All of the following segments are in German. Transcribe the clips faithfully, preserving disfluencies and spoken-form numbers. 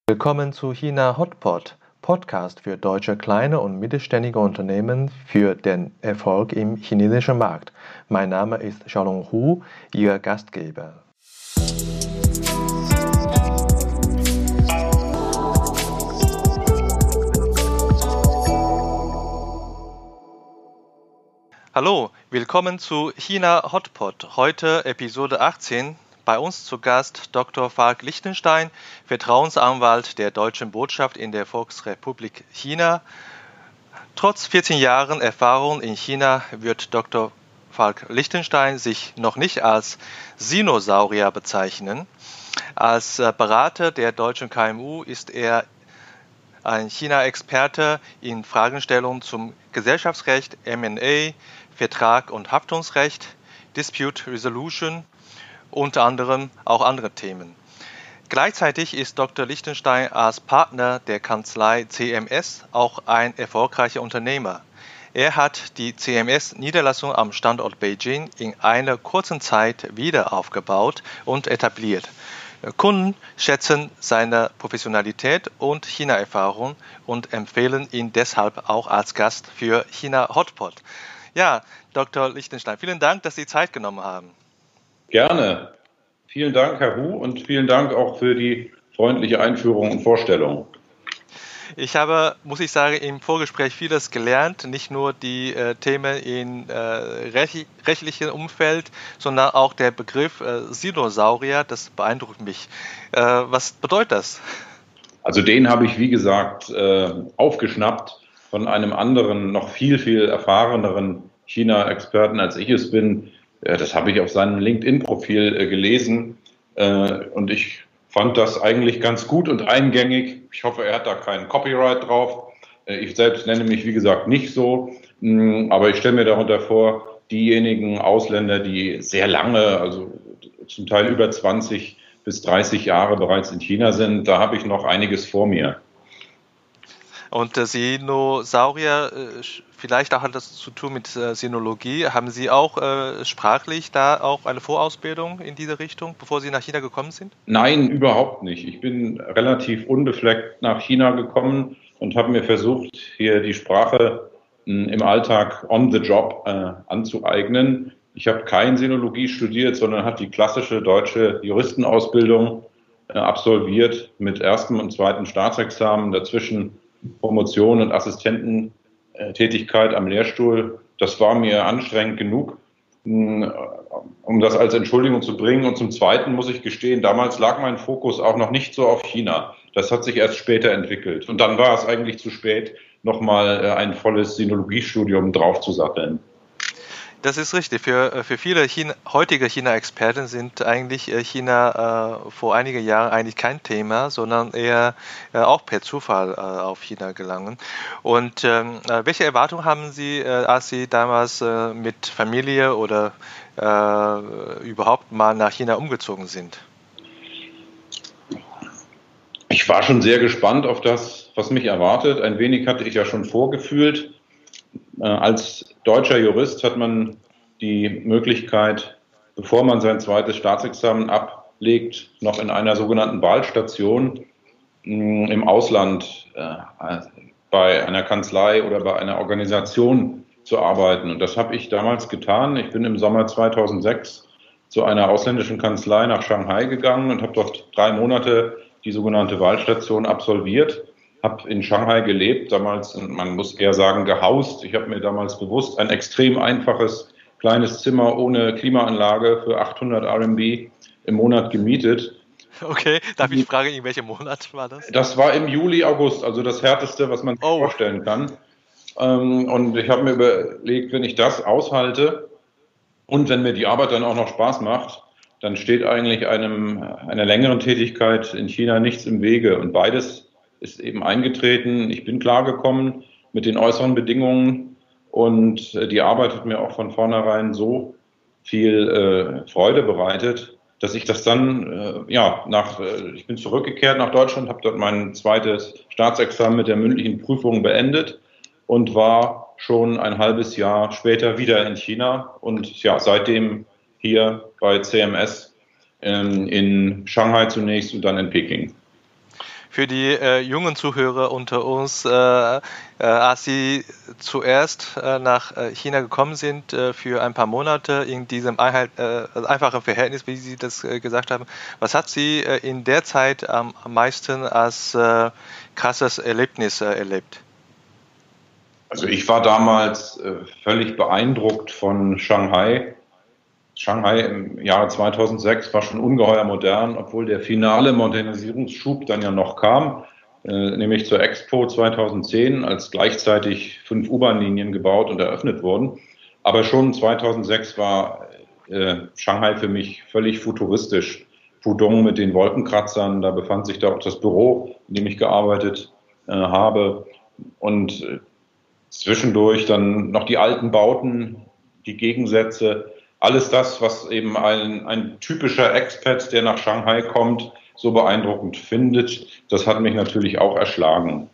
Willkommen zu China Hotpot, Podcast für deutsche kleine und mittelständige Unternehmen für den Erfolg im chinesischen Markt. Mein Name ist Xiaolong Hu, Ihr Gastgeber. Hallo, willkommen zu China Hotpot, heute Episode achtzehn. Bei uns zu Gast Doktor Falk Lichtenstein, Vertrauensanwalt der Deutschen Botschaft in der Volksrepublik China. Trotz vierzehn Jahren Erfahrung in China wird Doktor Falk Lichtenstein sich noch nicht als Sinosaurier bezeichnen. Als Berater der deutschen K M U ist er ein China-Experte in Fragestellungen zum Gesellschaftsrecht, M und A, Vertrag- und Haftungsrecht, Dispute Resolution, unter anderem auch andere Themen. Gleichzeitig ist Doktor Lichtenstein als Partner der Kanzlei C M S auch ein erfolgreicher Unternehmer. Er hat die C M S-Niederlassung am Standort Beijing in einer kurzen Zeit wieder aufgebaut und etabliert. Kunden schätzen seine Professionalität und China-Erfahrung und empfehlen ihn deshalb auch als Gast für China Hotpot. Ja, Doktor Lichtenstein, vielen Dank, dass Sie Zeit genommen haben. Gerne. Vielen Dank, Herr Hu, und vielen Dank auch für die freundliche Einführung und Vorstellung. Ich habe, muss ich sagen, im Vorgespräch vieles gelernt, nicht nur die äh, Themen im äh, rech- rechtlichen Umfeld, sondern auch der Begriff äh, Sinosaurier, das beeindruckt mich. Äh, was bedeutet das? Also den habe ich, wie gesagt, äh, aufgeschnappt von einem anderen, noch viel, viel erfahreneren China-Experten, als ich es bin. Äh, das habe ich auf seinem LinkedIn-Profil äh, gelesen äh, und ich fand das eigentlich ganz gut und eingängig. Ich hoffe, er hat da keinen Copyright drauf. Ich selbst nenne mich, wie gesagt, nicht so. Aber ich stelle mir darunter vor, diejenigen Ausländer, die sehr lange, also zum Teil über zwanzig bis dreißig Jahre bereits in China sind, da habe ich noch einiges vor mir. Und äh, Sinosaurier, äh, vielleicht auch hat das zu tun mit äh, Sinologie. Haben Sie auch äh, sprachlich da auch eine Vorausbildung in diese Richtung, bevor Sie nach China gekommen sind? Nein, überhaupt nicht. Ich bin relativ unbefleckt nach China gekommen und habe mir versucht, hier die Sprache mh, im Alltag on the job äh, anzueignen. Ich habe kein Sinologie studiert, sondern habe die klassische deutsche Juristenausbildung äh, absolviert mit erstem und zweitem Staatsexamen, dazwischen Promotion und Assistententätigkeit am Lehrstuhl. Das war mir anstrengend genug, um das als Entschuldigung zu bringen. Und zum Zweiten muss ich gestehen, damals lag mein Fokus auch noch nicht so auf China. Das hat sich erst später entwickelt. Und dann war es eigentlich zu spät, nochmal ein volles Sinologiestudium draufzusatteln. Das ist richtig. Für, für viele China, heutige China-Experten sind eigentlich China äh, vor einigen Jahren eigentlich kein Thema, sondern eher äh, auch per Zufall äh, auf China gelangen. Und ähm, welche Erwartungen haben Sie, äh, als Sie damals äh, mit Familie oder äh, überhaupt mal nach China umgezogen sind? Ich war schon sehr gespannt auf das, was mich erwartet. Ein wenig hatte ich ja schon vorgefühlt. Als deutscher Jurist hat man die Möglichkeit, bevor man sein zweites Staatsexamen ablegt, noch in einer sogenannten Wahlstation im Ausland bei einer Kanzlei oder bei einer Organisation zu arbeiten. Und das habe ich damals getan. Ich bin im Sommer zweitausendsechs zu einer ausländischen Kanzlei nach Shanghai gegangen und habe dort drei Monate die sogenannte Wahlstation absolviert. Habe in Shanghai gelebt, damals, man muss eher sagen, gehaust. Ich habe mir damals bewusst ein extrem einfaches, kleines Zimmer ohne Klimaanlage für achthundert R M B im Monat gemietet. Okay, darf ich fragen, in welchem Monat war das? Das war im Juli, August, also das Härteste, was man sich oh. vorstellen kann. Und ich habe mir überlegt, wenn ich das aushalte und wenn mir die Arbeit dann auch noch Spaß macht, dann steht eigentlich einem, einer längeren Tätigkeit in China nichts im Wege. Und beides ist eben eingetreten. Ich bin klargekommen mit den äußeren Bedingungen und die Arbeit hat mir auch von vornherein so viel äh, Freude bereitet, dass ich das dann, äh, ja, nach, äh, ich bin zurückgekehrt nach Deutschland, habe dort mein zweites Staatsexamen mit der mündlichen Prüfung beendet und war schon ein halbes Jahr später wieder in China und ja, seitdem hier bei C M S ähm, in Shanghai zunächst und dann in Peking. für die äh, jungen Zuhörer unter uns, äh, äh, als Sie zuerst äh, nach äh, China gekommen sind äh, für ein paar Monate in diesem Einheit, äh, einfachen Verhältnis, wie Sie das äh, gesagt haben, was hat Sie äh, in der Zeit am, am meisten als äh, krasses Erlebnis äh, erlebt? Also ich war damals äh, völlig beeindruckt von Shanghai. Shanghai im Jahre zweitausendsechs war schon ungeheuer modern, obwohl der finale Modernisierungsschub dann ja noch kam, äh, nämlich zur Expo zweitausendzehn, als gleichzeitig fünf U-Bahn-Linien gebaut und eröffnet wurden. Aber schon zweitausendsechs war äh, Shanghai für mich völlig futuristisch. Pudong mit den Wolkenkratzern, da befand sich da auch das Büro, in dem ich gearbeitet äh, habe. Und äh, zwischendurch dann noch die alten Bauten, die Gegensätze, alles das, was eben ein, ein typischer Expat, der nach Shanghai kommt, so beeindruckend findet, das hat mich natürlich auch erschlagen.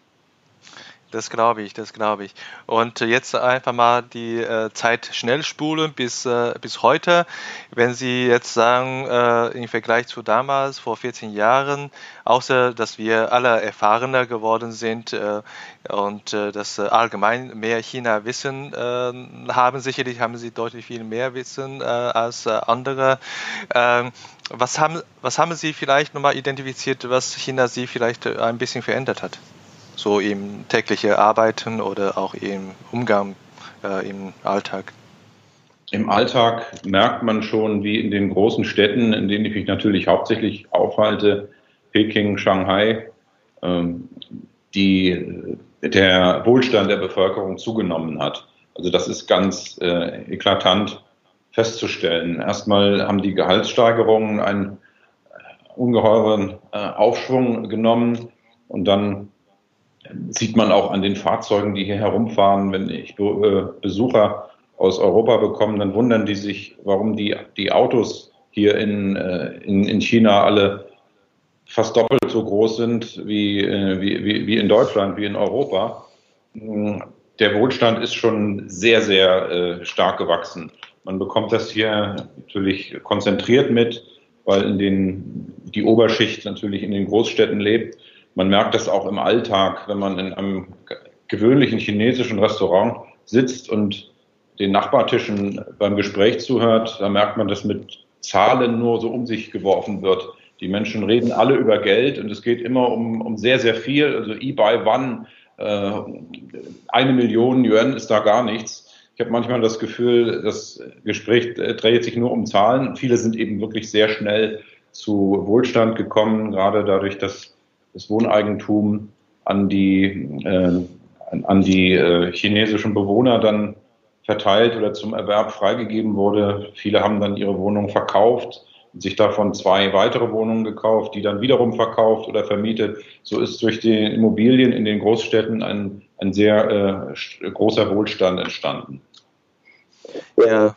Das glaube ich, das glaube ich. Und jetzt einfach mal die äh, Zeit schnell spulen bis, äh, bis heute. Wenn Sie jetzt sagen, äh, im Vergleich zu damals, vor vierzehn Jahren, außer dass wir alle erfahrener geworden sind äh, und äh, dass äh, allgemein mehr China Wissen äh, haben, sicherlich haben Sie deutlich viel mehr Wissen äh, als äh, andere. Ähm, was haben, was haben Sie vielleicht nochmal identifiziert, was China Sie vielleicht äh, ein bisschen verändert hat? So im täglichen Arbeiten oder auch im Umgang äh, im Alltag? Im Alltag merkt man schon, wie in den großen Städten, in denen ich mich natürlich hauptsächlich aufhalte, Peking, Shanghai, ähm, die, der Wohlstand der Bevölkerung zugenommen hat. Also das ist ganz äh, eklatant festzustellen. Erstmal haben die Gehaltssteigerungen einen ungeheuren äh, Aufschwung genommen und dann sieht man auch an den Fahrzeugen, die hier herumfahren. Wenn ich Be äh, Besucher aus Europa bekomme, dann wundern die sich, warum die, die Autos hier in, äh, in, in China alle fast doppelt so groß sind wie, äh, wie, wie, wie in Deutschland, wie in Europa. Der Wohlstand ist schon sehr, sehr äh, stark gewachsen. Man bekommt das hier natürlich konzentriert mit, weil in den, die Oberschicht natürlich in den Großstädten lebt. Man merkt das auch im Alltag, wenn man in einem gewöhnlichen chinesischen Restaurant sitzt und den Nachbartischen beim Gespräch zuhört, da merkt man, dass mit Zahlen nur so um sich geworfen wird. Die Menschen reden alle über Geld und es geht immer um, um sehr, sehr viel. Also E-Buy One, äh, eine Million Yuan ist da gar nichts. Ich habe manchmal das Gefühl, das Gespräch dreht sich nur um Zahlen. Viele sind eben wirklich sehr schnell zu Wohlstand gekommen, gerade dadurch, dass das Wohneigentum an die, äh, an die äh, chinesischen Bewohner dann verteilt oder zum Erwerb freigegeben wurde. Viele haben dann ihre Wohnung verkauft und sich davon zwei weitere Wohnungen gekauft, die dann wiederum verkauft oder vermietet. So ist durch die Immobilien in den Großstädten ein, ein sehr äh, großer Wohlstand entstanden. Ja.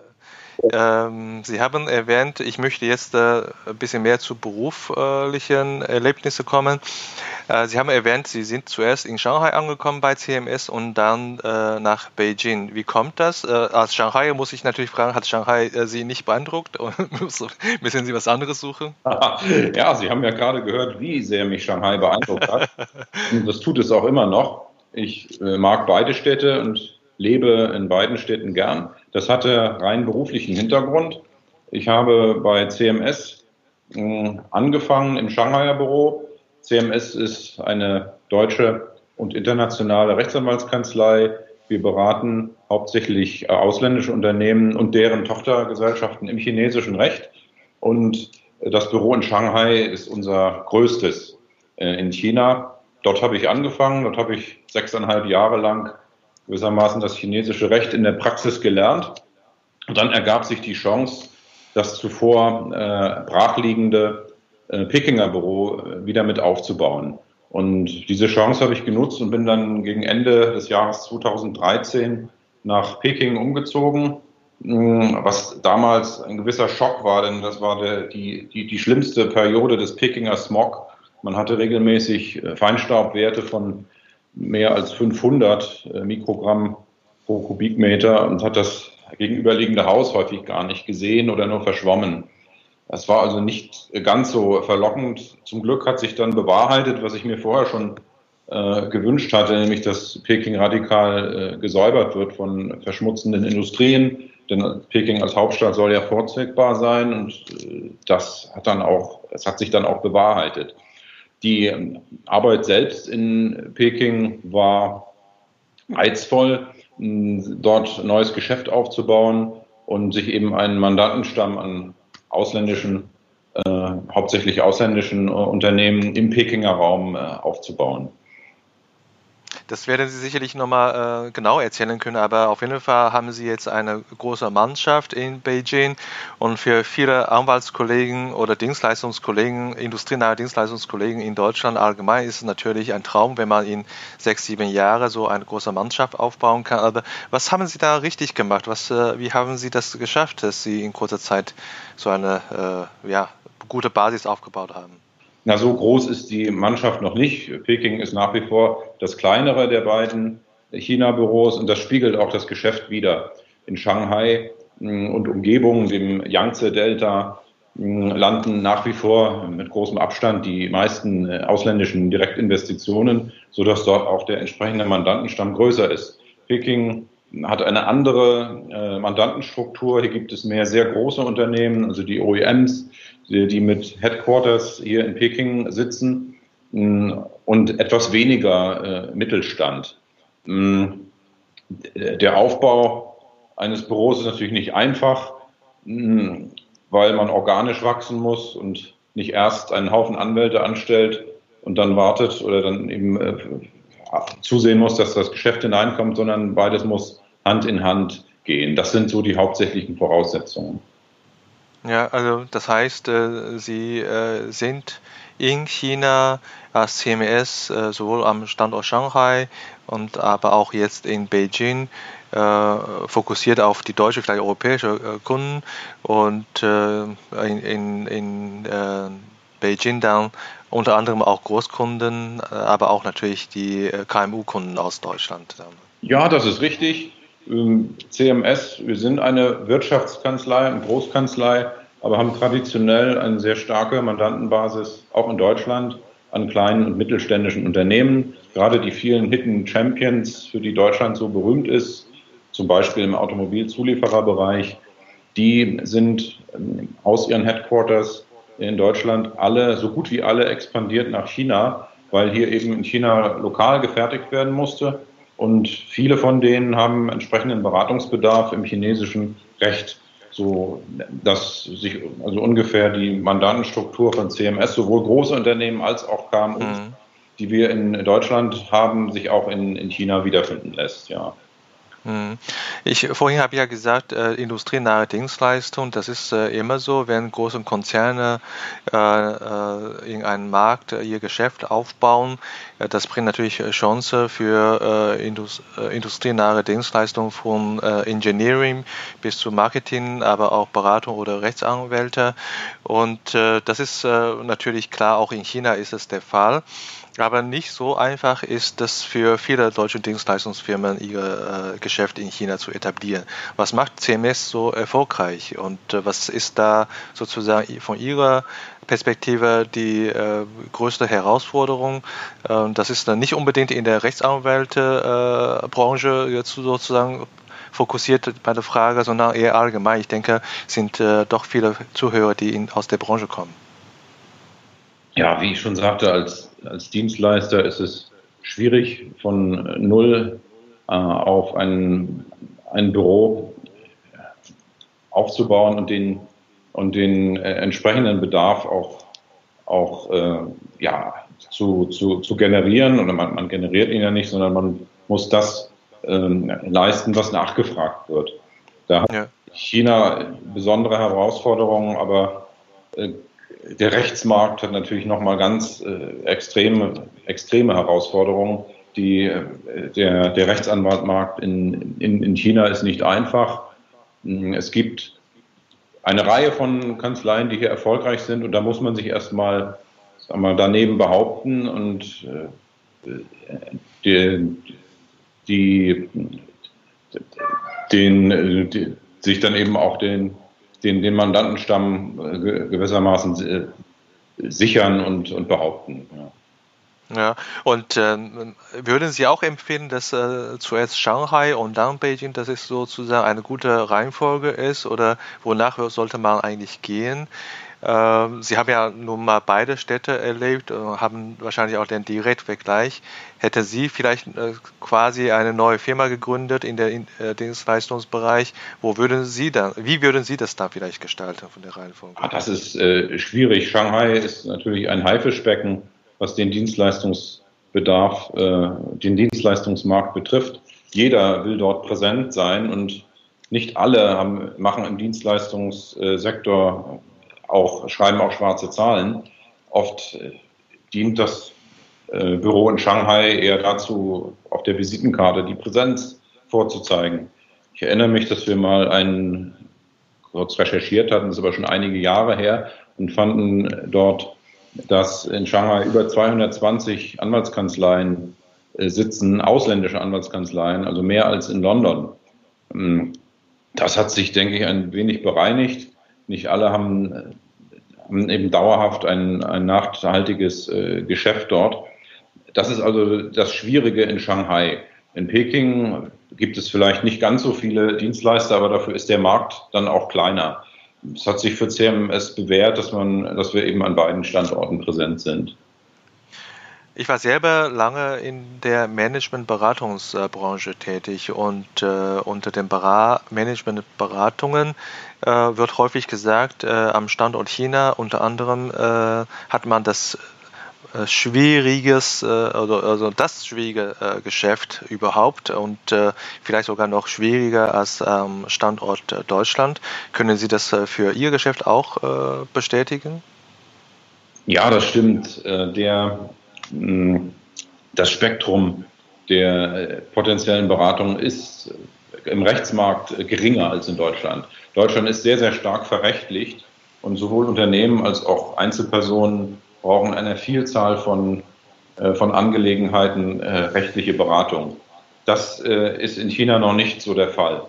Ähm, Sie haben erwähnt, ich möchte jetzt äh, ein bisschen mehr zu beruflichen Erlebnissen kommen. Äh, Sie haben erwähnt, Sie sind zuerst in Shanghai angekommen bei C M S und dann äh, nach Beijing. Wie kommt das? Äh, als Shanghai muss ich natürlich fragen, hat Shanghai äh, Sie nicht beeindruckt? Müssen Sie was anderes suchen? Ja, Sie haben ja gerade gehört, wie sehr mich Shanghai beeindruckt hat. Und das tut es auch immer noch. Ich äh, mag beide Städte und lebe in beiden Städten gern. Das hatte rein beruflichen Hintergrund. Ich habe bei C M S äh, angefangen im Shanghaier Büro. C M S ist eine deutsche und internationale Rechtsanwaltskanzlei. Wir beraten hauptsächlich äh, ausländische Unternehmen und deren Tochtergesellschaften im chinesischen Recht. Und äh, das Büro in Shanghai ist unser größtes äh, in China. Dort habe ich angefangen. Dort habe ich sechseinhalb Jahre lang gewissermaßen das chinesische Recht in der Praxis gelernt. Und dann ergab sich die Chance, das zuvor äh, brachliegende äh, Pekinger Büro äh, wieder mit aufzubauen. Und diese Chance habe ich genutzt und bin dann gegen Ende des Jahres zweitausenddreizehn nach Peking umgezogen, mh, was damals ein gewisser Schock war, denn das war der, die, die, die schlimmste Periode des Pekinger Smog. Man hatte regelmäßig äh, Feinstaubwerte von mehr als fünfhundert Mikrogramm pro Kubikmeter und hat das gegenüberliegende Haus häufig gar nicht gesehen oder nur verschwommen. Das war also nicht ganz so verlockend. Zum Glück hat sich dann bewahrheitet, was ich mir vorher schon äh, gewünscht hatte, nämlich dass Peking radikal äh, gesäubert wird von verschmutzenden Industrien. Denn Peking als Hauptstadt soll ja vorzeitigbar sein und äh, das hat dann auch, es hat sich dann auch bewahrheitet. Die Arbeit selbst in Peking war reizvoll, dort neues Geschäft aufzubauen und sich eben einen Mandantenstamm an ausländischen, äh, hauptsächlich ausländischen äh, Unternehmen im Pekinger Raum äh, aufzubauen. Das werden Sie sicherlich nochmal äh, genau erzählen können, aber auf jeden Fall haben Sie jetzt eine große Mannschaft in Beijing und für viele Anwaltskollegen oder Dienstleistungskollegen, industrienahe Dienstleistungskollegen in Deutschland allgemein ist es natürlich ein Traum, wenn man in sechs, sieben Jahren so eine große Mannschaft aufbauen kann. Aber was haben Sie da richtig gemacht? Was, äh, wie haben Sie das geschafft, dass Sie in kurzer Zeit so eine äh, ja, gute Basis aufgebaut haben? Na, so groß ist die Mannschaft noch nicht. Peking ist nach wie vor das kleinere der beiden China-Büros und das spiegelt auch das Geschäft wider. In Shanghai und Umgebung, dem Yangtze-Delta, landen nach wie vor mit großem Abstand die meisten ausländischen Direktinvestitionen, sodass dort auch der entsprechende Mandantenstamm größer ist. Peking hat eine andere äh, Mandantenstruktur. Hier gibt es mehr sehr große Unternehmen, also die O E Ms, die, die mit Headquarters hier in Peking sitzen mh, und etwas weniger äh, Mittelstand. Mh, der Aufbau eines Büros ist natürlich nicht einfach, mh, weil man organisch wachsen muss und nicht erst einen Haufen Anwälte anstellt und dann wartet oder dann eben äh, zusehen muss, dass das Geschäft hineinkommt, sondern beides muss Hand in Hand gehen. Das sind so die hauptsächlichen Voraussetzungen. Ja, also das heißt, äh, Sie äh, sind in China als C M S äh, sowohl am Standort Shanghai und aber auch jetzt in Beijing äh, fokussiert auf die deutsche, vielleicht europäische äh, Kunden und äh, in, in, in äh, Beijing dann unter anderem auch Großkunden, äh, aber auch natürlich die äh, K M U-Kunden aus Deutschland. Ja, das ist richtig. Ähm, C M S, wir sind eine Wirtschaftskanzlei, eine Großkanzlei, aber haben traditionell eine sehr starke Mandantenbasis, auch in Deutschland, an kleinen und mittelständischen Unternehmen. Gerade die vielen Hidden Champions, für die Deutschland so berühmt ist, zum Beispiel im Automobilzuliefererbereich, die sind ähm, aus ihren Headquarters in Deutschland alle, so gut wie alle, expandiert nach China, weil hier eben in China lokal gefertigt werden musste. Und viele von denen haben entsprechenden Beratungsbedarf im chinesischen Recht, so dass sich also ungefähr die Mandantenstruktur von C M S, sowohl große Unternehmen als auch K M Us, mhm. die wir in Deutschland haben, sich auch in, in China wiederfinden lässt, ja. Ich, vorhin habe ich ja gesagt, äh, industrienahe Dienstleistung, das ist äh, immer so, wenn große Konzerne äh, äh, in einem Markt äh, ihr Geschäft aufbauen. Äh, das bringt natürlich Chancen für äh, Indust äh, industrienahe Dienstleistungen von äh, Engineering bis zu Marketing, aber auch Beratung oder Rechtsanwälte. Und äh, das ist äh, natürlich klar, auch in China ist es der Fall. Aber nicht so einfach ist es für viele deutsche Dienstleistungsfirmen, ihr äh, Geschäft in China zu etablieren. Was macht C M S so erfolgreich und äh, was ist da sozusagen von Ihrer Perspektive die äh, größte Herausforderung? Äh, das ist dann nicht unbedingt in der Rechtsanwältebranche äh, jetzt sozusagen fokussiert bei der Frage, sondern eher allgemein. Ich denke, es sind äh, doch viele Zuhörer, die in, aus der Branche kommen. Ja, wie ich schon sagte, als, als Dienstleister ist es schwierig, von null äh, auf ein, ein Büro aufzubauen und den, und den äh, entsprechenden Bedarf auch, auch äh, ja, zu, zu, zu generieren. Oder man, man generiert ihn ja nicht, sondern man muss das äh, leisten, was nachgefragt wird. Da hat ja. China besondere Herausforderungen, aber äh, der Rechtsmarkt hat natürlich nochmal ganz äh, extreme, extreme Herausforderungen. Die, äh, der, der Rechtsanwaltmarkt in, in, in China ist nicht einfach. Es gibt eine Reihe von Kanzleien, die hier erfolgreich sind und da muss man sich erstmal daneben behaupten und äh, die, die, den, die, sich dann eben auch den den, den Mandantenstamm äh, gewissermaßen äh, sichern und, und behaupten. Ja. Ja, und ähm, würden Sie auch empfehlen, dass äh, zuerst Shanghai und dann Beijing, dass es sozusagen eine gute Reihenfolge ist oder wonach sollte man eigentlich gehen? Ähm, Sie haben ja nun mal beide Städte erlebt, äh, haben wahrscheinlich auch den Direktvergleich. Hätte Sie vielleicht äh, quasi eine neue Firma gegründet in der in, äh, Dienstleistungsbereich, wo würden Sie dann, wie würden Sie das dann vielleicht gestalten von der Reihenfolge? Ah, das ist äh, schwierig. Shanghai ist natürlich ein Haifischbecken, was den Dienstleistungsbedarf, äh, den Dienstleistungsmarkt betrifft. Jeder will dort präsent sein und nicht alle haben, machen im Dienstleistungssektor auch, schreiben auch schwarze Zahlen. Oft äh, dient das äh, Büro in Shanghai eher dazu, auf der Visitenkarte die Präsenz vorzuzeigen. Ich erinnere mich, dass wir mal einen kurz recherchiert hatten, das ist aber schon einige Jahre her, und fanden dort, dass in Shanghai über zweihundertzwanzig Anwaltskanzleien äh, sitzen, ausländische Anwaltskanzleien, also mehr als in London. Das hat sich, denke ich, ein wenig bereinigt. Nicht alle haben, haben eben dauerhaft ein, ein nachhaltiges äh, Geschäft dort. Das ist also das Schwierige in Shanghai. In Peking gibt es vielleicht nicht ganz so viele Dienstleister, aber dafür ist der Markt dann auch kleiner. Es hat sich für C M S bewährt, dass man, dass wir eben an beiden Standorten präsent sind. Ich war selber lange in der Management-Beratungsbranche tätig und äh, unter den Management-Beratungen äh, wird häufig gesagt, äh, am Standort China unter anderem äh, hat man das äh, schwieriges, äh, also, also das schwierige äh, Geschäft überhaupt und äh, vielleicht sogar noch schwieriger als am Standort äh, Deutschland. Können Sie das äh, für Ihr Geschäft auch äh, bestätigen? Ja, das stimmt. Äh, der Das Spektrum der potenziellen Beratungen ist im Rechtsmarkt geringer als in Deutschland. Deutschland ist sehr, sehr stark verrechtlicht und sowohl Unternehmen als auch Einzelpersonen brauchen eine Vielzahl von, von Angelegenheiten rechtliche Beratung. Das ist in China noch nicht so der Fall.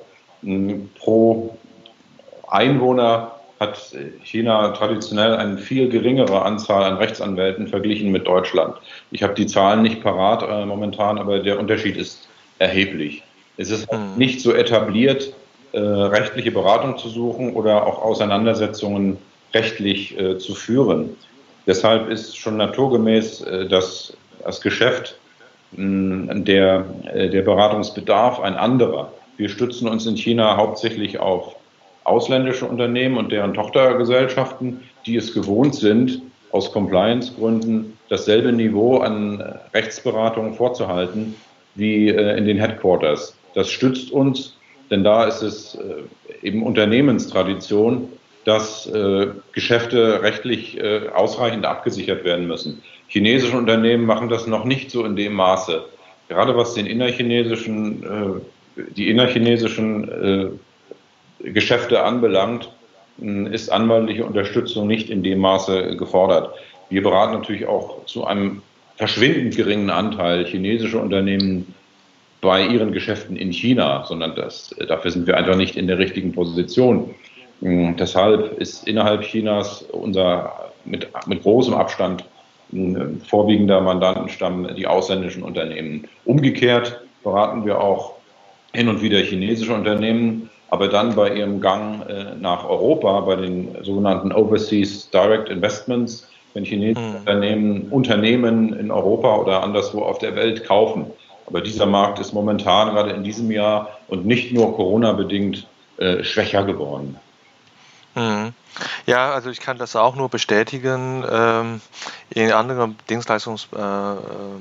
Pro Einwohner hat China traditionell eine viel geringere Anzahl an Rechtsanwälten verglichen mit Deutschland. Ich habe die Zahlen nicht parat äh, momentan, aber der Unterschied ist erheblich. Es ist mhm. nicht so etabliert, äh, rechtliche Beratung zu suchen oder auch Auseinandersetzungen rechtlich äh, zu führen. Deshalb ist schon naturgemäß äh, das, das Geschäft, mh, der, äh, der Beratungsbedarf ein anderer. Wir stützen uns in China hauptsächlich auf ausländische Unternehmen und deren Tochtergesellschaften, die es gewohnt sind, aus Compliance-Gründen dasselbe Niveau an Rechtsberatung vorzuhalten wie in den Headquarters. Das stützt uns, denn da ist es eben Unternehmenstradition, dass Geschäfte rechtlich ausreichend abgesichert werden müssen. Chinesische Unternehmen machen das noch nicht so in dem Maße. Gerade was den innerchinesischen, die innerchinesischen Geschäfte anbelangt, ist anwaltliche Unterstützung nicht in dem Maße gefordert. Wir beraten natürlich auch zu einem verschwindend geringen Anteil chinesische Unternehmen bei ihren Geschäften in China, sondern das, dafür sind wir einfach nicht in der richtigen Position. Deshalb ist innerhalb Chinas unser mit, mit großem Abstand vorwiegender Mandantenstamm die ausländischen Unternehmen. Umgekehrt beraten wir auch hin und wieder chinesische Unternehmen, aber dann bei ihrem Gang äh, nach Europa, bei den sogenannten Overseas Direct Investments, wenn chinesische mhm. Unternehmen Unternehmen in Europa oder anderswo auf der Welt kaufen. Aber dieser Markt ist momentan gerade in diesem Jahr und nicht nur Corona-bedingt äh, schwächer geworden. Mhm. Ja, also ich kann das auch nur bestätigen. Ähm, in anderen Dienstleistungsbranchen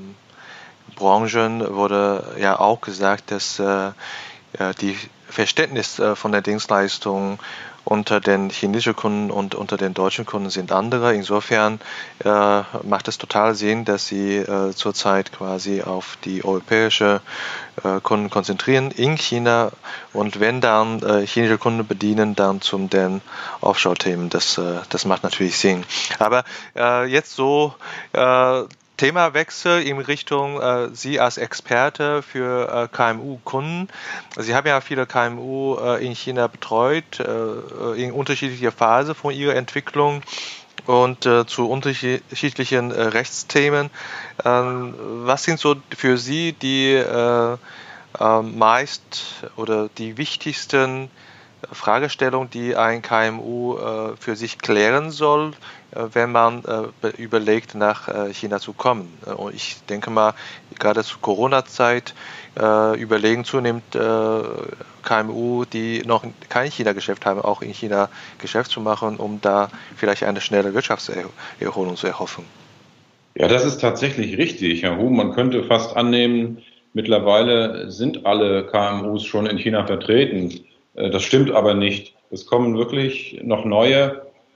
äh, wurde ja auch gesagt, dass äh, die Verständnis von der Dienstleistung unter den chinesischen Kunden und unter den deutschen Kunden sind andere. Insofern äh, macht es total Sinn, dass sie äh, zurzeit quasi auf die europäische äh, Kunden konzentrieren in China und wenn dann äh, chinesische Kunden bedienen, dann zum den Offshore-Themen. Das, äh, das macht natürlich Sinn. Aber äh, jetzt so äh, Themawechsel in Richtung äh, Sie als Experte für äh, K M U-Kunden. Sie haben ja viele K M U äh, in China betreut, äh, in unterschiedlicher Phase von ihrer Entwicklung und äh, zu unterschiedlichen äh, Rechtsthemen. Ähm, was sind so für Sie die äh, äh, meist oder die wichtigsten Fragestellung, die ein K M U äh, für sich klären soll, äh, wenn man äh, überlegt, nach äh, China zu kommen? Und ich denke mal, gerade zur Corona-Zeit äh, überlegen zunehmend äh, K M U, die noch kein China-Geschäft haben, auch in China Geschäft zu machen, um da vielleicht eine schnelle Wirtschaftserholung zu erhoffen. Ja, das ist tatsächlich richtig, Herr Hu. Man könnte fast annehmen, mittlerweile sind alle K M Us schon in China vertreten. Das stimmt aber nicht. Es kommen wirklich noch neue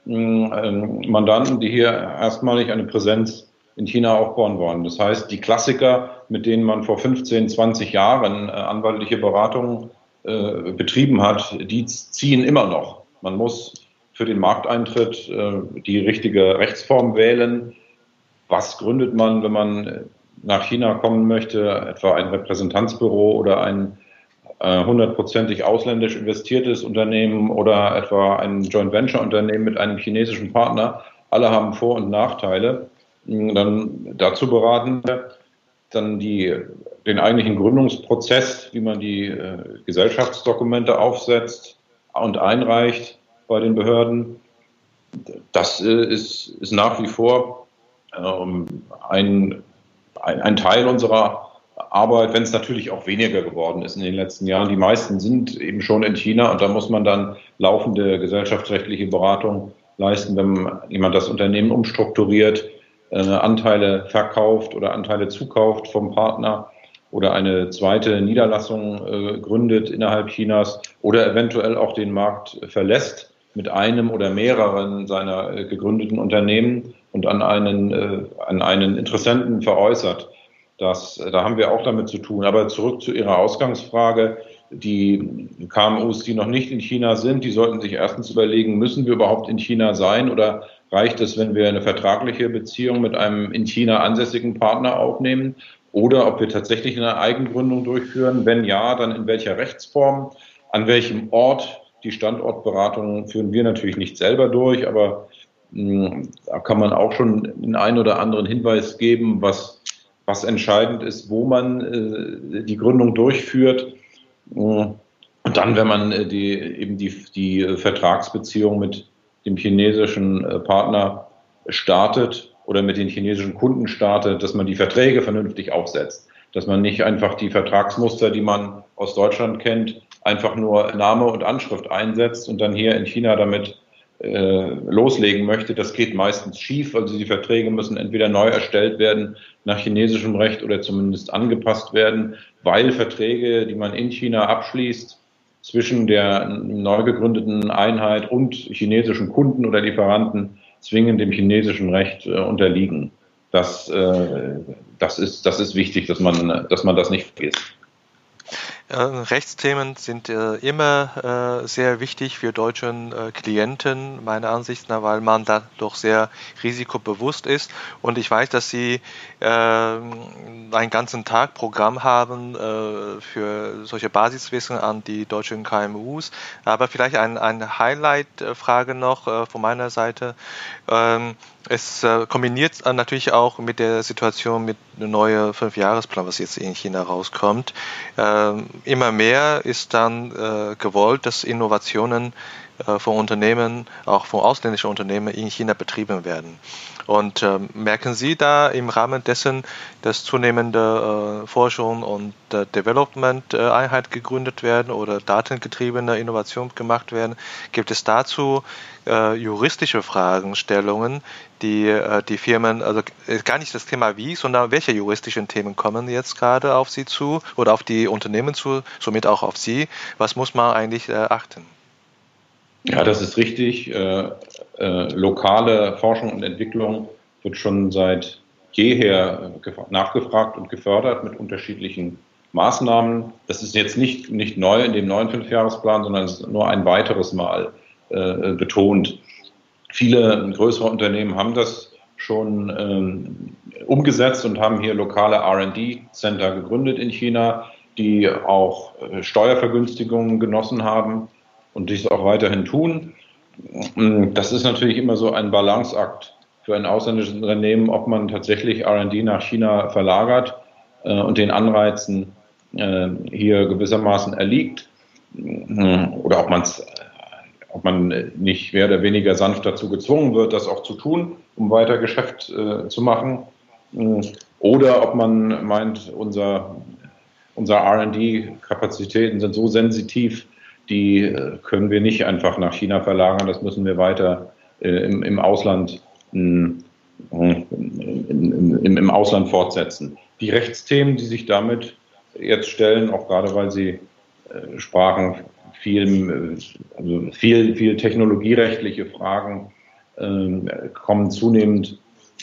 Mandanten, die hier erstmalig eine Präsenz in China aufbauen wollen. Das heißt, die Klassiker, mit denen man vor fünfzehn, zwanzig Jahren anwaltliche Beratungen betrieben hat, die ziehen immer noch. Man muss für den Markteintritt die richtige Rechtsform wählen. Was gründet man, wenn man nach China kommen möchte? Etwa ein Repräsentanzbüro oder ein hundertprozentig ausländisch investiertes Unternehmen oder etwa ein Joint Venture Unternehmen mit einem chinesischen Partner. Alle haben Vor- und Nachteile. Dann dazu beraten wir dann die, den eigentlichen Gründungsprozess, wie man die äh, Gesellschaftsdokumente aufsetzt und einreicht bei den Behörden. Das äh, ist, ist nach wie vor ähm, ein, ein, ein Teil unserer Arbeit, wenn es natürlich auch weniger geworden ist in den letzten Jahren. Die meisten sind eben schon in China und da muss man dann laufende gesellschaftsrechtliche Beratung leisten, wenn jemand das Unternehmen umstrukturiert, äh, Anteile verkauft oder Anteile zukauft vom Partner oder eine zweite Niederlassung äh, gründet innerhalb Chinas oder eventuell auch den Markt verlässt mit einem oder mehreren seiner äh, gegründeten Unternehmen und an einen, äh, an einen Interessenten veräußert. Das, da haben wir auch damit zu tun. Aber zurück zu Ihrer Ausgangsfrage. Die K M Us, die noch nicht in China sind, die sollten sich erstens überlegen, müssen wir überhaupt in China sein oder reicht es, wenn wir eine vertragliche Beziehung mit einem in China ansässigen Partner aufnehmen oder ob wir tatsächlich eine Eigengründung durchführen? Wenn ja, dann in welcher Rechtsform, an welchem Ort? Die Standortberatung führen wir natürlich nicht selber durch, aber mh, da kann man auch schon den einen oder anderen Hinweis geben, was was entscheidend ist, wo man äh, die Gründung durchführt. Und dann, wenn man äh, die, eben die, die Vertragsbeziehung mit dem chinesischen äh, Partner startet oder mit den chinesischen Kunden startet, dass man die Verträge vernünftig aufsetzt. Dass man nicht einfach die Vertragsmuster, die man aus Deutschland kennt, einfach nur Name und Anschrift einsetzt und dann hier in China damit äh, loslegen möchte. Das geht meistens schief. Also die Verträge müssen entweder neu erstellt werden nach chinesischem Recht oder zumindest angepasst werden, weil Verträge, die man in China abschließt, zwischen der neu gegründeten Einheit und chinesischen Kunden oder Lieferanten zwingend dem chinesischen Recht äh, unterliegen. Das, äh, das, ist, das ist wichtig, dass man, dass man das nicht vergisst. Äh, Rechtsthemen sind äh, immer äh, sehr wichtig für deutsche äh, Klienten, meiner Ansicht nach, weil man da doch sehr risikobewusst ist. Und ich weiß, dass Sie äh, einen ganzen Tag Programm haben äh, für solche Basiswissen an die deutschen K M Us. Aber vielleicht ein, eine Highlight-Frage noch äh, von meiner Seite. Ähm, Es äh, kombiniert natürlich auch mit der Situation mit einem neuen Fünfjahresplan, was jetzt in China rauskommt. Ähm, immer mehr ist dann äh, gewollt, dass Innovationen äh, von Unternehmen, auch von ausländischen Unternehmen in China betrieben werden. Und ähm, merken Sie da im Rahmen dessen, dass zunehmende äh, Forschung und äh, Development-Einheit gegründet werden oder datengetriebene Innovation gemacht werden, gibt es dazu äh, juristische Fragestellungen, die äh, die Firmen, also äh, gar nicht das Thema wie, sondern welche juristischen Themen kommen jetzt gerade auf Sie zu oder auf die Unternehmen zu, somit auch auf Sie. Was muss man eigentlich äh, achten? Ja, das ist richtig. Äh, äh, lokale Forschung und Entwicklung wird schon seit jeher nachgefragt und gefördert mit unterschiedlichen Maßnahmen. Das ist jetzt nicht, nicht neu in dem neuen Fünfjahresplan, sondern es ist nur ein weiteres Mal äh, betont. Viele größere Unternehmen haben das schon ähm, umgesetzt und haben hier lokale R und D-Center gegründet in China, die auch äh, Steuervergünstigungen genossen haben und dies auch weiterhin tun. Das ist natürlich immer so ein Balanceakt für ein ausländisches Unternehmen, ob man tatsächlich R und D nach China verlagert äh, und den Anreizen äh, hier gewissermaßen erliegt, oder ob man es ob man nicht mehr oder weniger sanft dazu gezwungen wird, das auch zu tun, um weiter Geschäft äh, zu machen. Oder ob man meint, unser, unser R und D-Kapazitäten sind so sensitiv, die äh, können wir nicht einfach nach China verlagern, das müssen wir weiter äh, im, im, Ausland, äh, im, im, im Ausland fortsetzen. Die Rechtsthemen, die sich damit jetzt stellen, auch gerade weil Sie äh, sprachen, Viel, also viel, viel technologierechtliche Fragen ähm, kommen zunehmend,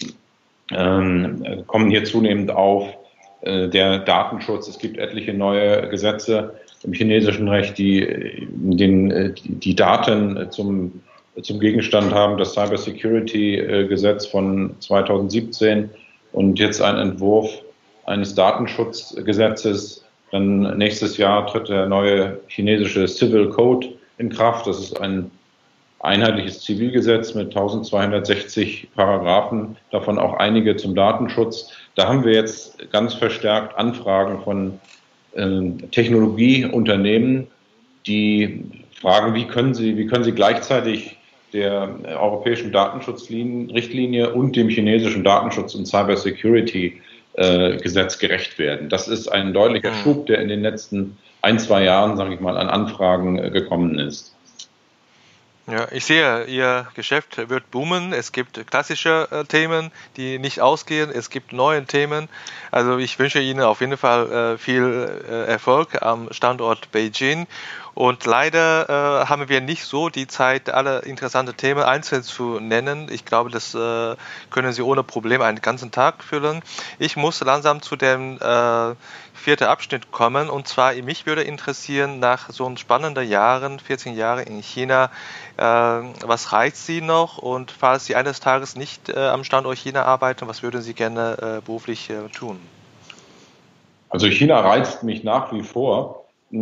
ähm, kommen hier zunehmend auf. Äh, der Datenschutz, es gibt etliche neue Gesetze im chinesischen Recht, die den, die Daten zum, zum Gegenstand haben. Das Cybersecurity-Gesetz von zweitausendsiebzehn und jetzt ein Entwurf eines Datenschutzgesetzes. Dann nächstes Jahr tritt der neue chinesische Civil Code in Kraft. Das ist ein einheitliches Zivilgesetz mit eintausendzweihundertsechzig Paragraphen, davon auch einige zum Datenschutz. Da haben wir jetzt ganz verstärkt Anfragen von äh, Technologieunternehmen, die fragen, wie können sie, wie können sie gleichzeitig der europäischen Datenschutzrichtlinie und dem chinesischen Datenschutz- und Cybersecurity Gesetz gerecht werden. Das ist ein deutlicher Schub, der in den letzten ein, zwei Jahren, sage ich mal, an Anfragen gekommen ist. Ja, ich sehe, Ihr Geschäft wird boomen. Es gibt klassische äh, Themen, die nicht ausgehen. Es gibt neue Themen. Also ich wünsche Ihnen auf jeden Fall äh, viel äh, Erfolg am Standort Beijing. Und leider äh, haben wir nicht so die Zeit, alle interessanten Themen einzeln zu nennen. Ich glaube, das äh, können Sie ohne Probleme einen ganzen Tag füllen. Ich muss langsam zu dem äh, vierten Abschnitt kommen. Und zwar, mich würde interessieren, nach so spannenden Jahren, vierzehn Jahre in China, äh, was reizt Sie noch? Und falls Sie eines Tages nicht äh, am Standort China arbeiten, was würden Sie gerne äh, beruflich äh, tun? Also China reizt mich nach wie vor.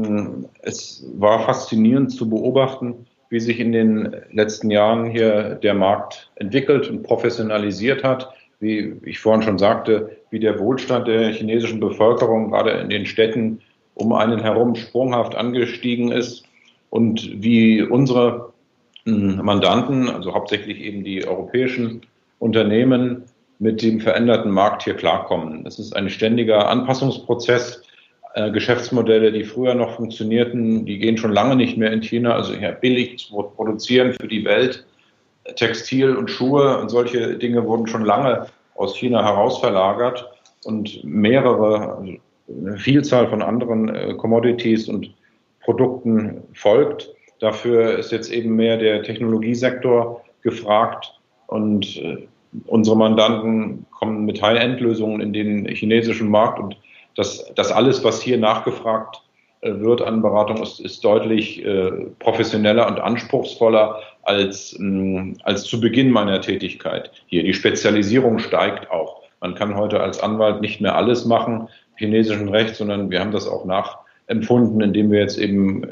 Es war faszinierend zu beobachten, wie sich in den letzten Jahren hier der Markt entwickelt und professionalisiert hat. Wie ich vorhin schon sagte, wie der Wohlstand der chinesischen Bevölkerung gerade in den Städten um einen herum sprunghaft angestiegen ist und wie unsere Mandanten, also hauptsächlich eben die europäischen Unternehmen, mit dem veränderten Markt hier klarkommen. Es ist ein ständiger Anpassungsprozess. Äh, Geschäftsmodelle, die früher noch funktionierten, die gehen schon lange nicht mehr in China. Also hier billig zu produzieren für die Welt, Textil und Schuhe und solche Dinge wurden schon lange aus China heraus verlagert und mehrere, also eine Vielzahl von anderen äh, Commodities und Produkten folgt. Dafür ist jetzt eben mehr der Technologiesektor gefragt und äh, unsere Mandanten kommen mit High-End-Lösungen in den chinesischen Markt und das, das alles, was hier nachgefragt äh, wird an Beratung, ist, ist deutlich äh, professioneller und anspruchsvoller als, mh, als zu Beginn meiner Tätigkeit hier. Die Spezialisierung steigt auch. Man kann heute als Anwalt nicht mehr alles machen im chinesischen Recht, sondern wir haben das auch nachempfunden, indem wir jetzt eben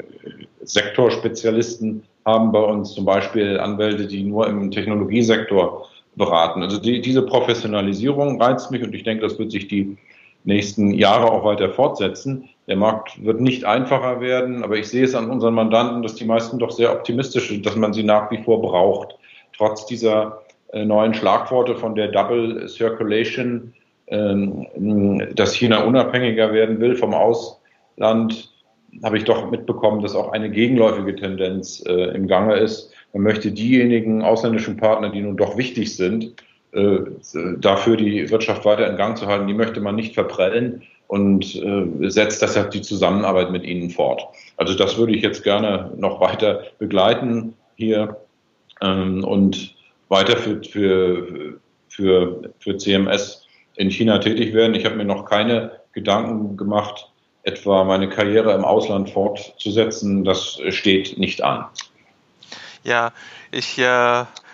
Sektorspezialisten haben bei uns, zum Beispiel Anwälte, die nur im Technologiesektor beraten. Also die, diese Professionalisierung reizt mich und ich denke, das wird sich die nächsten Jahre auch weiter fortsetzen. Der Markt wird nicht einfacher werden, aber ich sehe es an unseren Mandanten, dass die meisten doch sehr optimistisch sind, dass man sie nach wie vor braucht. Trotz dieser äh, neuen Schlagworte von der Double Circulation, ähm, dass China unabhängiger werden will vom Ausland, habe ich doch mitbekommen, dass auch eine gegenläufige Tendenz äh, im Gange ist. Man möchte diejenigen ausländischen Partner, die nun doch wichtig sind, äh, dafür die Wirtschaft weiter in Gang zu halten, die möchte man nicht verprellen und äh, setzt deshalb die Zusammenarbeit mit ihnen fort. Also das würde ich jetzt gerne noch weiter begleiten hier ähm, und weiter für, für, für, für C M S in China tätig werden. Ich habe mir noch keine Gedanken gemacht, etwa meine Karriere im Ausland fortzusetzen. Das steht nicht an. Ja, ich äh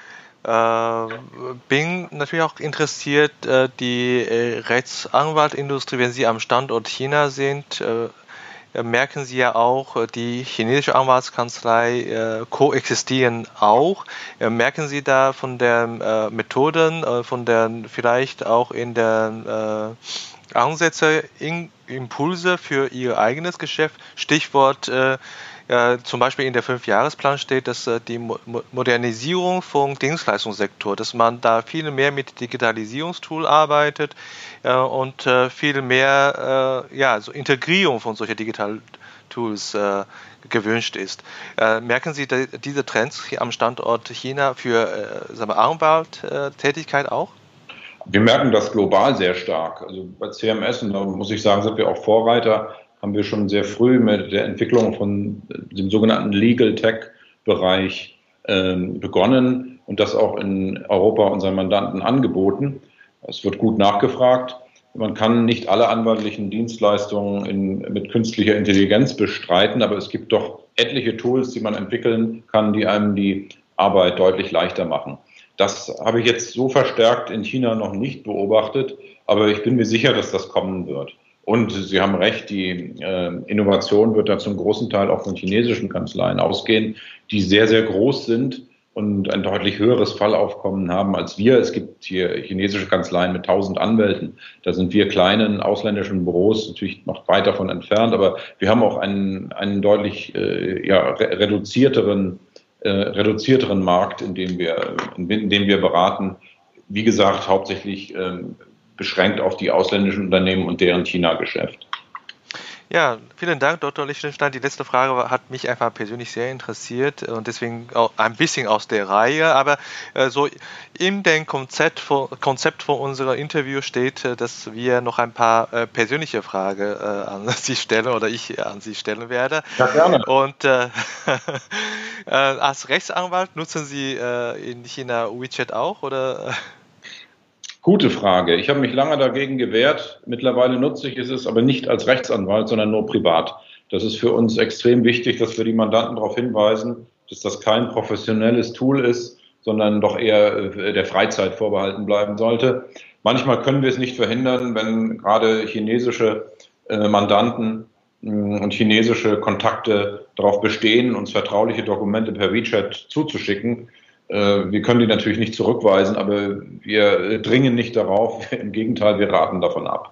Äh, bin natürlich auch interessiert, äh, die äh, Rechtsanwaltindustrie, wenn Sie am Standort China sind, äh, merken Sie ja auch, äh, die chinesische Anwaltskanzlei äh, koexistieren auch. Äh, merken Sie da von den äh, Methoden, äh, von den vielleicht auch in den äh, Ansätze, in, Impulse für Ihr eigenes Geschäft? Stichwort äh, ja, zum Beispiel in der Fünfjahresplan steht, dass äh, die Mo Modernisierung vom Dienstleistungssektor, dass man da viel mehr mit Digitalisierungstool arbeitet äh, und äh, viel mehr äh, ja, so Integrierung von solchen Digital-Tools äh, gewünscht ist. Äh, merken Sie da, diese Trends hier am Standort China für äh, sagen wir, Anwalttätigkeit auch? Wir merken das global sehr stark. Also bei C M S, und da muss ich sagen, sind wir auch Vorreiter, haben wir schon sehr früh mit der Entwicklung von dem sogenannten Legal Tech Bereich ähm, begonnen und das auch in Europa unseren Mandanten angeboten. Es wird gut nachgefragt. Man kann nicht alle anwaltlichen Dienstleistungen in, mit künstlicher Intelligenz bestreiten, aber es gibt doch etliche Tools, die man entwickeln kann, die einem die Arbeit deutlich leichter machen. Das habe ich jetzt so verstärkt in China noch nicht beobachtet, aber ich bin mir sicher, dass das kommen wird. Und Sie haben recht, die äh, Innovation wird da zum großen Teil auch von chinesischen Kanzleien ausgehen, die sehr, sehr groß sind und ein deutlich höheres Fallaufkommen haben als wir. Es gibt hier chinesische Kanzleien mit tausend Anwälten. Da sind wir kleinen ausländischen Büros natürlich noch weit davon entfernt, aber wir haben auch einen, einen deutlich äh, ja, reduzierteren Äh, reduzierteren Markt, in dem wir, in dem wir beraten. Wie gesagt, hauptsächlich ähm, beschränkt auf die ausländischen Unternehmen und deren China-Geschäft. Ja, vielen Dank, Doktor Lichtenstein. Die letzte Frage hat mich einfach persönlich sehr interessiert und deswegen auch ein bisschen aus der Reihe. Aber äh, so in dem Konzept von, Konzept von unserem Interview steht, äh, dass wir noch ein paar äh, persönliche Fragen äh, an Sie stellen oder ich an Sie stellen werde. Ja, gerne. Und äh, äh, als Rechtsanwalt nutzen Sie äh, in China WeChat auch oder? Gute Frage. Ich habe mich lange dagegen gewehrt. Mittlerweile nutze ich es, aber nicht als Rechtsanwalt, sondern nur privat. Das ist für uns extrem wichtig, dass wir die Mandanten darauf hinweisen, dass das kein professionelles Tool ist, sondern doch eher der Freizeit vorbehalten bleiben sollte. Manchmal können wir es nicht verhindern, wenn gerade chinesische Mandanten und chinesische Kontakte darauf bestehen, uns vertrauliche Dokumente per WeChat zuzuschicken. Wir können die natürlich nicht zurückweisen, aber wir dringen nicht darauf. Im Gegenteil, wir raten davon ab.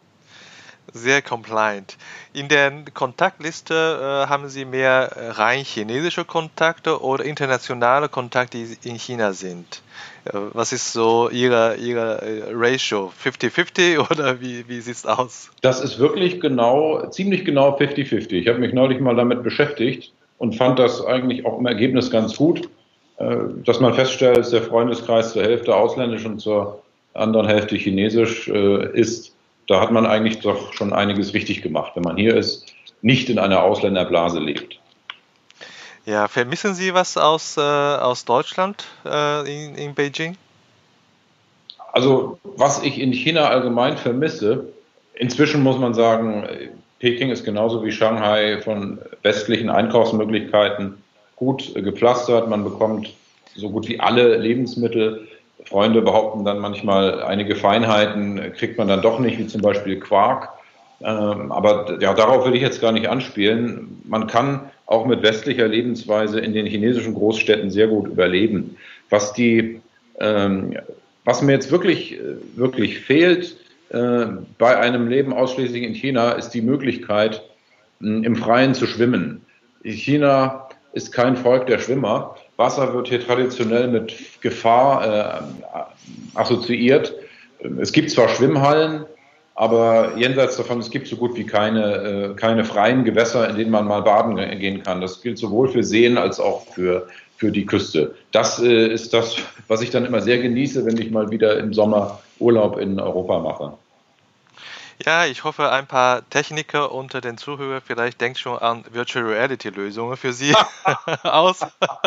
Sehr compliant. In der Kontaktliste äh, haben Sie mehr rein chinesische Kontakte oder internationale Kontakte, die in China sind? Äh, was ist so Ihre, Ihre Ratio? fünfzig fünfzig oder wie, wie sieht es aus? Das ist wirklich genau, ziemlich genau fünfzig fünfzig. Ich habe mich neulich mal damit beschäftigt und fand das eigentlich auch im Ergebnis ganz gut, dass man feststellt, dass der Freundeskreis zur Hälfte ausländisch und zur anderen Hälfte chinesisch ist. Da hat man eigentlich doch schon einiges richtig gemacht, wenn man hier ist, nicht in einer Ausländerblase lebt. Ja, vermissen Sie was aus, äh, aus Deutschland äh, in, in Beijing? Also, was ich in China allgemein vermisse, inzwischen muss man sagen, Peking ist genauso wie Shanghai von westlichen Einkaufsmöglichkeiten gut gepflastert. Man bekommt so gut wie alle Lebensmittel. Freunde behaupten dann manchmal, einige Feinheiten kriegt man dann doch nicht, wie zum Beispiel Quark. Aber ja, darauf will ich jetzt gar nicht anspielen. Man kann auch mit westlicher Lebensweise in den chinesischen Großstädten sehr gut überleben. Was die, ähm, was mir jetzt wirklich, wirklich fehlt äh, bei einem Leben ausschließlich in China, ist die Möglichkeit, im Freien zu schwimmen. China ist kein Volk der Schwimmer. Wasser wird hier traditionell mit Gefahr äh, assoziiert. Es gibt zwar Schwimmhallen, aber jenseits davon, es gibt so gut wie keine, äh, keine freien Gewässer, in denen man mal baden gehen kann. Das gilt sowohl für Seen als auch für, für die Küste. Das äh, ist das, was ich dann immer sehr genieße, wenn ich mal wieder im Sommer Urlaub in Europa mache. Ja, ich hoffe, ein paar Techniker unter den Zuhörern vielleicht denken schon an Virtual Reality Lösungen für Sie aus.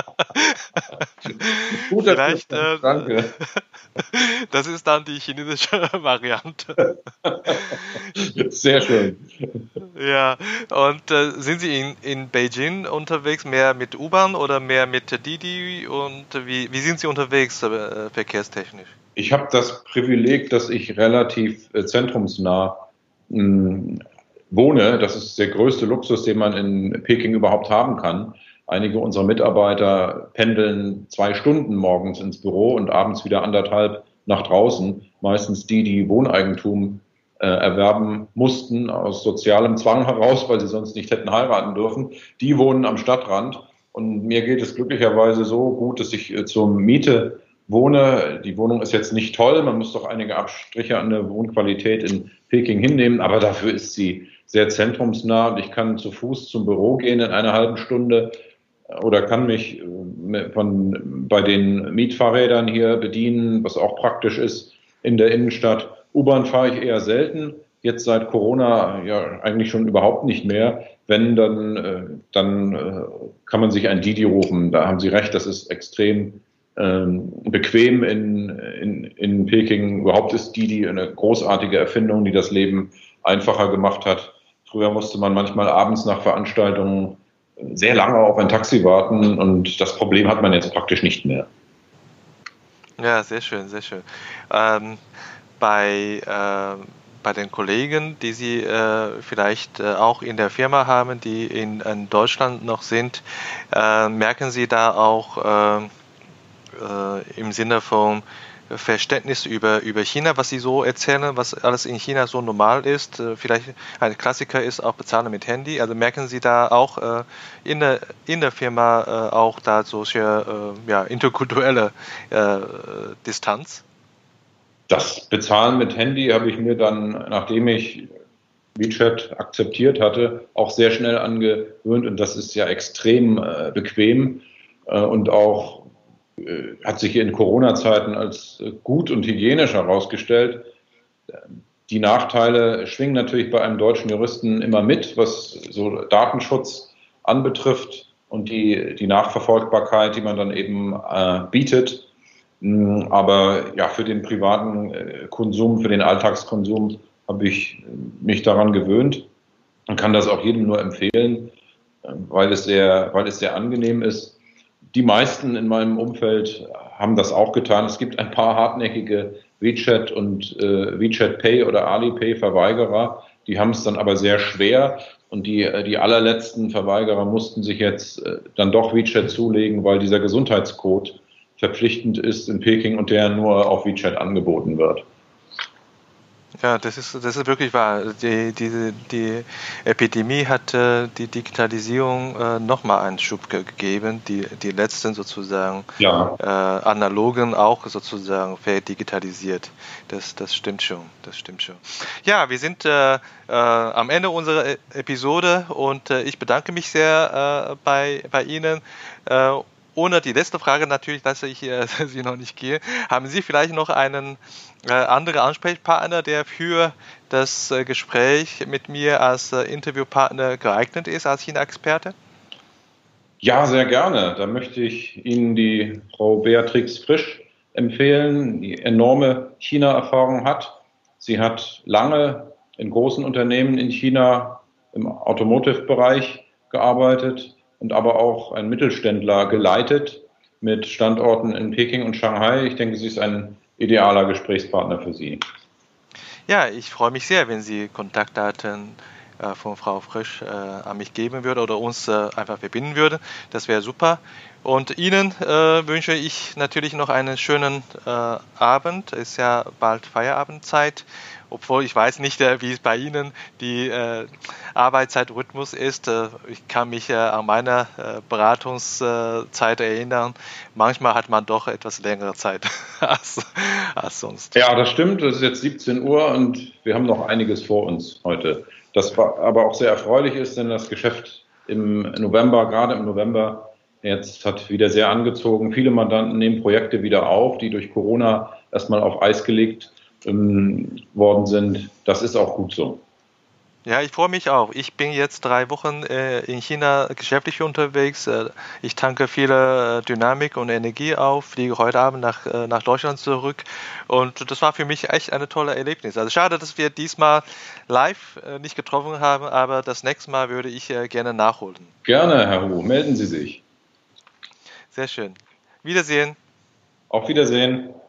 Gut, dass du Vielleicht, das äh, danke. das ist dann die chinesische Variante. Sehr schön. Ja, und äh, sind Sie in, in Beijing unterwegs, mehr mit U-Bahn oder mehr mit Didi? Und wie, wie sind Sie unterwegs, äh, verkehrstechnisch? Ich habe das Privileg, dass ich relativ äh, zentrumsnah mh, wohne. Das ist der größte Luxus, den man in Peking überhaupt haben kann. Einige unserer Mitarbeiter pendeln zwei Stunden morgens ins Büro und abends wieder anderthalb nach draußen. Meistens die, die Wohneigentum äh, erwerben mussten aus sozialem Zwang heraus, weil sie sonst nicht hätten heiraten dürfen. Die wohnen am Stadtrand. Und mir geht es glücklicherweise so gut, dass ich äh, zur Miete wohne. Die Wohnung ist jetzt nicht toll, man muss doch einige Abstriche an der Wohnqualität in Peking hinnehmen, aber dafür ist sie sehr zentrumsnah und ich kann zu Fuß zum Büro gehen in einer halben Stunde oder kann mich von, bei den Mietfahrrädern hier bedienen, was auch praktisch ist in der Innenstadt. U-Bahn fahre ich eher selten, jetzt seit Corona ja eigentlich schon überhaupt nicht mehr. Wenn, dann, dann kann man sich ein Didi rufen. Da haben Sie recht, das ist extrem ähm, bequem in, in, in Peking. Überhaupt ist Didi eine großartige Erfindung, die das Leben einfacher gemacht hat. Früher musste man manchmal abends nach Veranstaltungen sehr lange auf ein Taxi warten und das Problem hat man jetzt praktisch nicht mehr. Ja, sehr schön, sehr schön. Ähm, bei, äh, bei den Kollegen, die Sie äh, vielleicht äh, auch in der Firma haben, die in, in Deutschland noch sind, äh, merken Sie da auch äh, äh, im Sinne von Verständnis über, über China, was Sie so erzählen, was alles in China so normal ist. Äh, vielleicht ein Klassiker ist auch Bezahlen mit Handy. Also merken Sie da auch äh, in, der, in der Firma äh, auch da solche äh, ja, interkulturelle äh, Distanz? Das Bezahlen mit Handy habe ich mir dann, nachdem ich WeChat akzeptiert hatte, auch sehr schnell angewöhnt und das ist ja extrem äh, bequem äh, und auch äh, hat sich in Corona-Zeiten als äh, gut und hygienisch herausgestellt. Die Nachteile schwingen natürlich bei einem deutschen Juristen immer mit, was so Datenschutz anbetrifft und die, die Nachverfolgbarkeit, die man dann eben äh, bietet. Aber ja, für den privaten äh, Konsum, für den Alltagskonsum habe ich mich daran gewöhnt und kann das auch jedem nur empfehlen, äh, weil es sehr, weil es sehr angenehm ist. Die meisten in meinem Umfeld haben das auch getan. Es gibt ein paar hartnäckige WeChat und äh, WeChat Pay oder Alipay Verweigerer. Die haben es dann aber sehr schwer. Und die, die allerletzten Verweigerer mussten sich jetzt äh, dann doch WeChat zulegen, weil dieser Gesundheitscode verpflichtend ist in Peking und der nur auf WeChat angeboten wird. Ja, das ist, das ist wirklich wahr. Die, die, die Epidemie hat äh, die Digitalisierung äh, nochmal einen Schub gegeben, die, die letzten sozusagen Ja. äh, analogen auch sozusagen verdigitalisiert. Das, das stimmt schon, das stimmt schon. Ja, wir sind äh, äh, am Ende unserer e Episode und äh, ich bedanke mich sehr äh, bei, bei Ihnen. Äh, ohne die letzte Frage natürlich lasse ich äh, Sie noch nicht gehen. Haben Sie vielleicht noch einen äh, anderen Ansprechpartner, der für das äh, Gespräch mit mir als äh, Interviewpartner geeignet ist, als China-Experte? Ja, sehr gerne. Da möchte ich Ihnen die Frau Beatrix Frisch empfehlen, die enorme China-Erfahrung hat. Sie hat lange in großen Unternehmen in China im Automotive-Bereich gearbeitet und aber auch einen Mittelständler geleitet mit Standorten in Peking und Shanghai. Ich denke, sie ist ein idealer Gesprächspartner für Sie. Ja, ich freue mich sehr, wenn Sie Kontaktdaten äh, von Frau Frisch äh, an mich geben würde oder uns äh, einfach verbinden würde. Das wäre super. Und Ihnen äh, wünsche ich natürlich noch einen schönen äh, Abend. Ist ja bald Feierabendzeit. Obwohl ich weiß nicht, äh, wie es bei Ihnen die äh, Arbeitszeitrhythmus ist. Äh, ich kann mich äh, an meine äh, Beratungszeit erinnern. Manchmal hat man doch etwas längere Zeit als, als sonst. Ja, das stimmt. Es ist jetzt siebzehn Uhr und wir haben noch einiges vor uns heute. Das aber auch sehr erfreulich ist, denn das Geschäft im November, gerade im November, jetzt hat wieder sehr angezogen. Viele Mandanten nehmen Projekte wieder auf, die durch Corona erstmal auf Eis gelegt ähm, worden sind. Das ist auch gut so. Ja, ich freue mich auch. Ich bin jetzt drei Wochen äh, in China geschäftlich unterwegs. Äh, ich tanke viele äh, Dynamik und Energie auf, fliege heute Abend nach, äh, nach Deutschland zurück. Und das war für mich echt eine tolle Erlebnis. Also schade, dass wir diesmal live äh, nicht getroffen haben, aber das nächste Mal würde ich äh, gerne nachholen. Gerne, Herr Hu, melden Sie sich. Sehr schön. Wiedersehen. Auf Wiedersehen.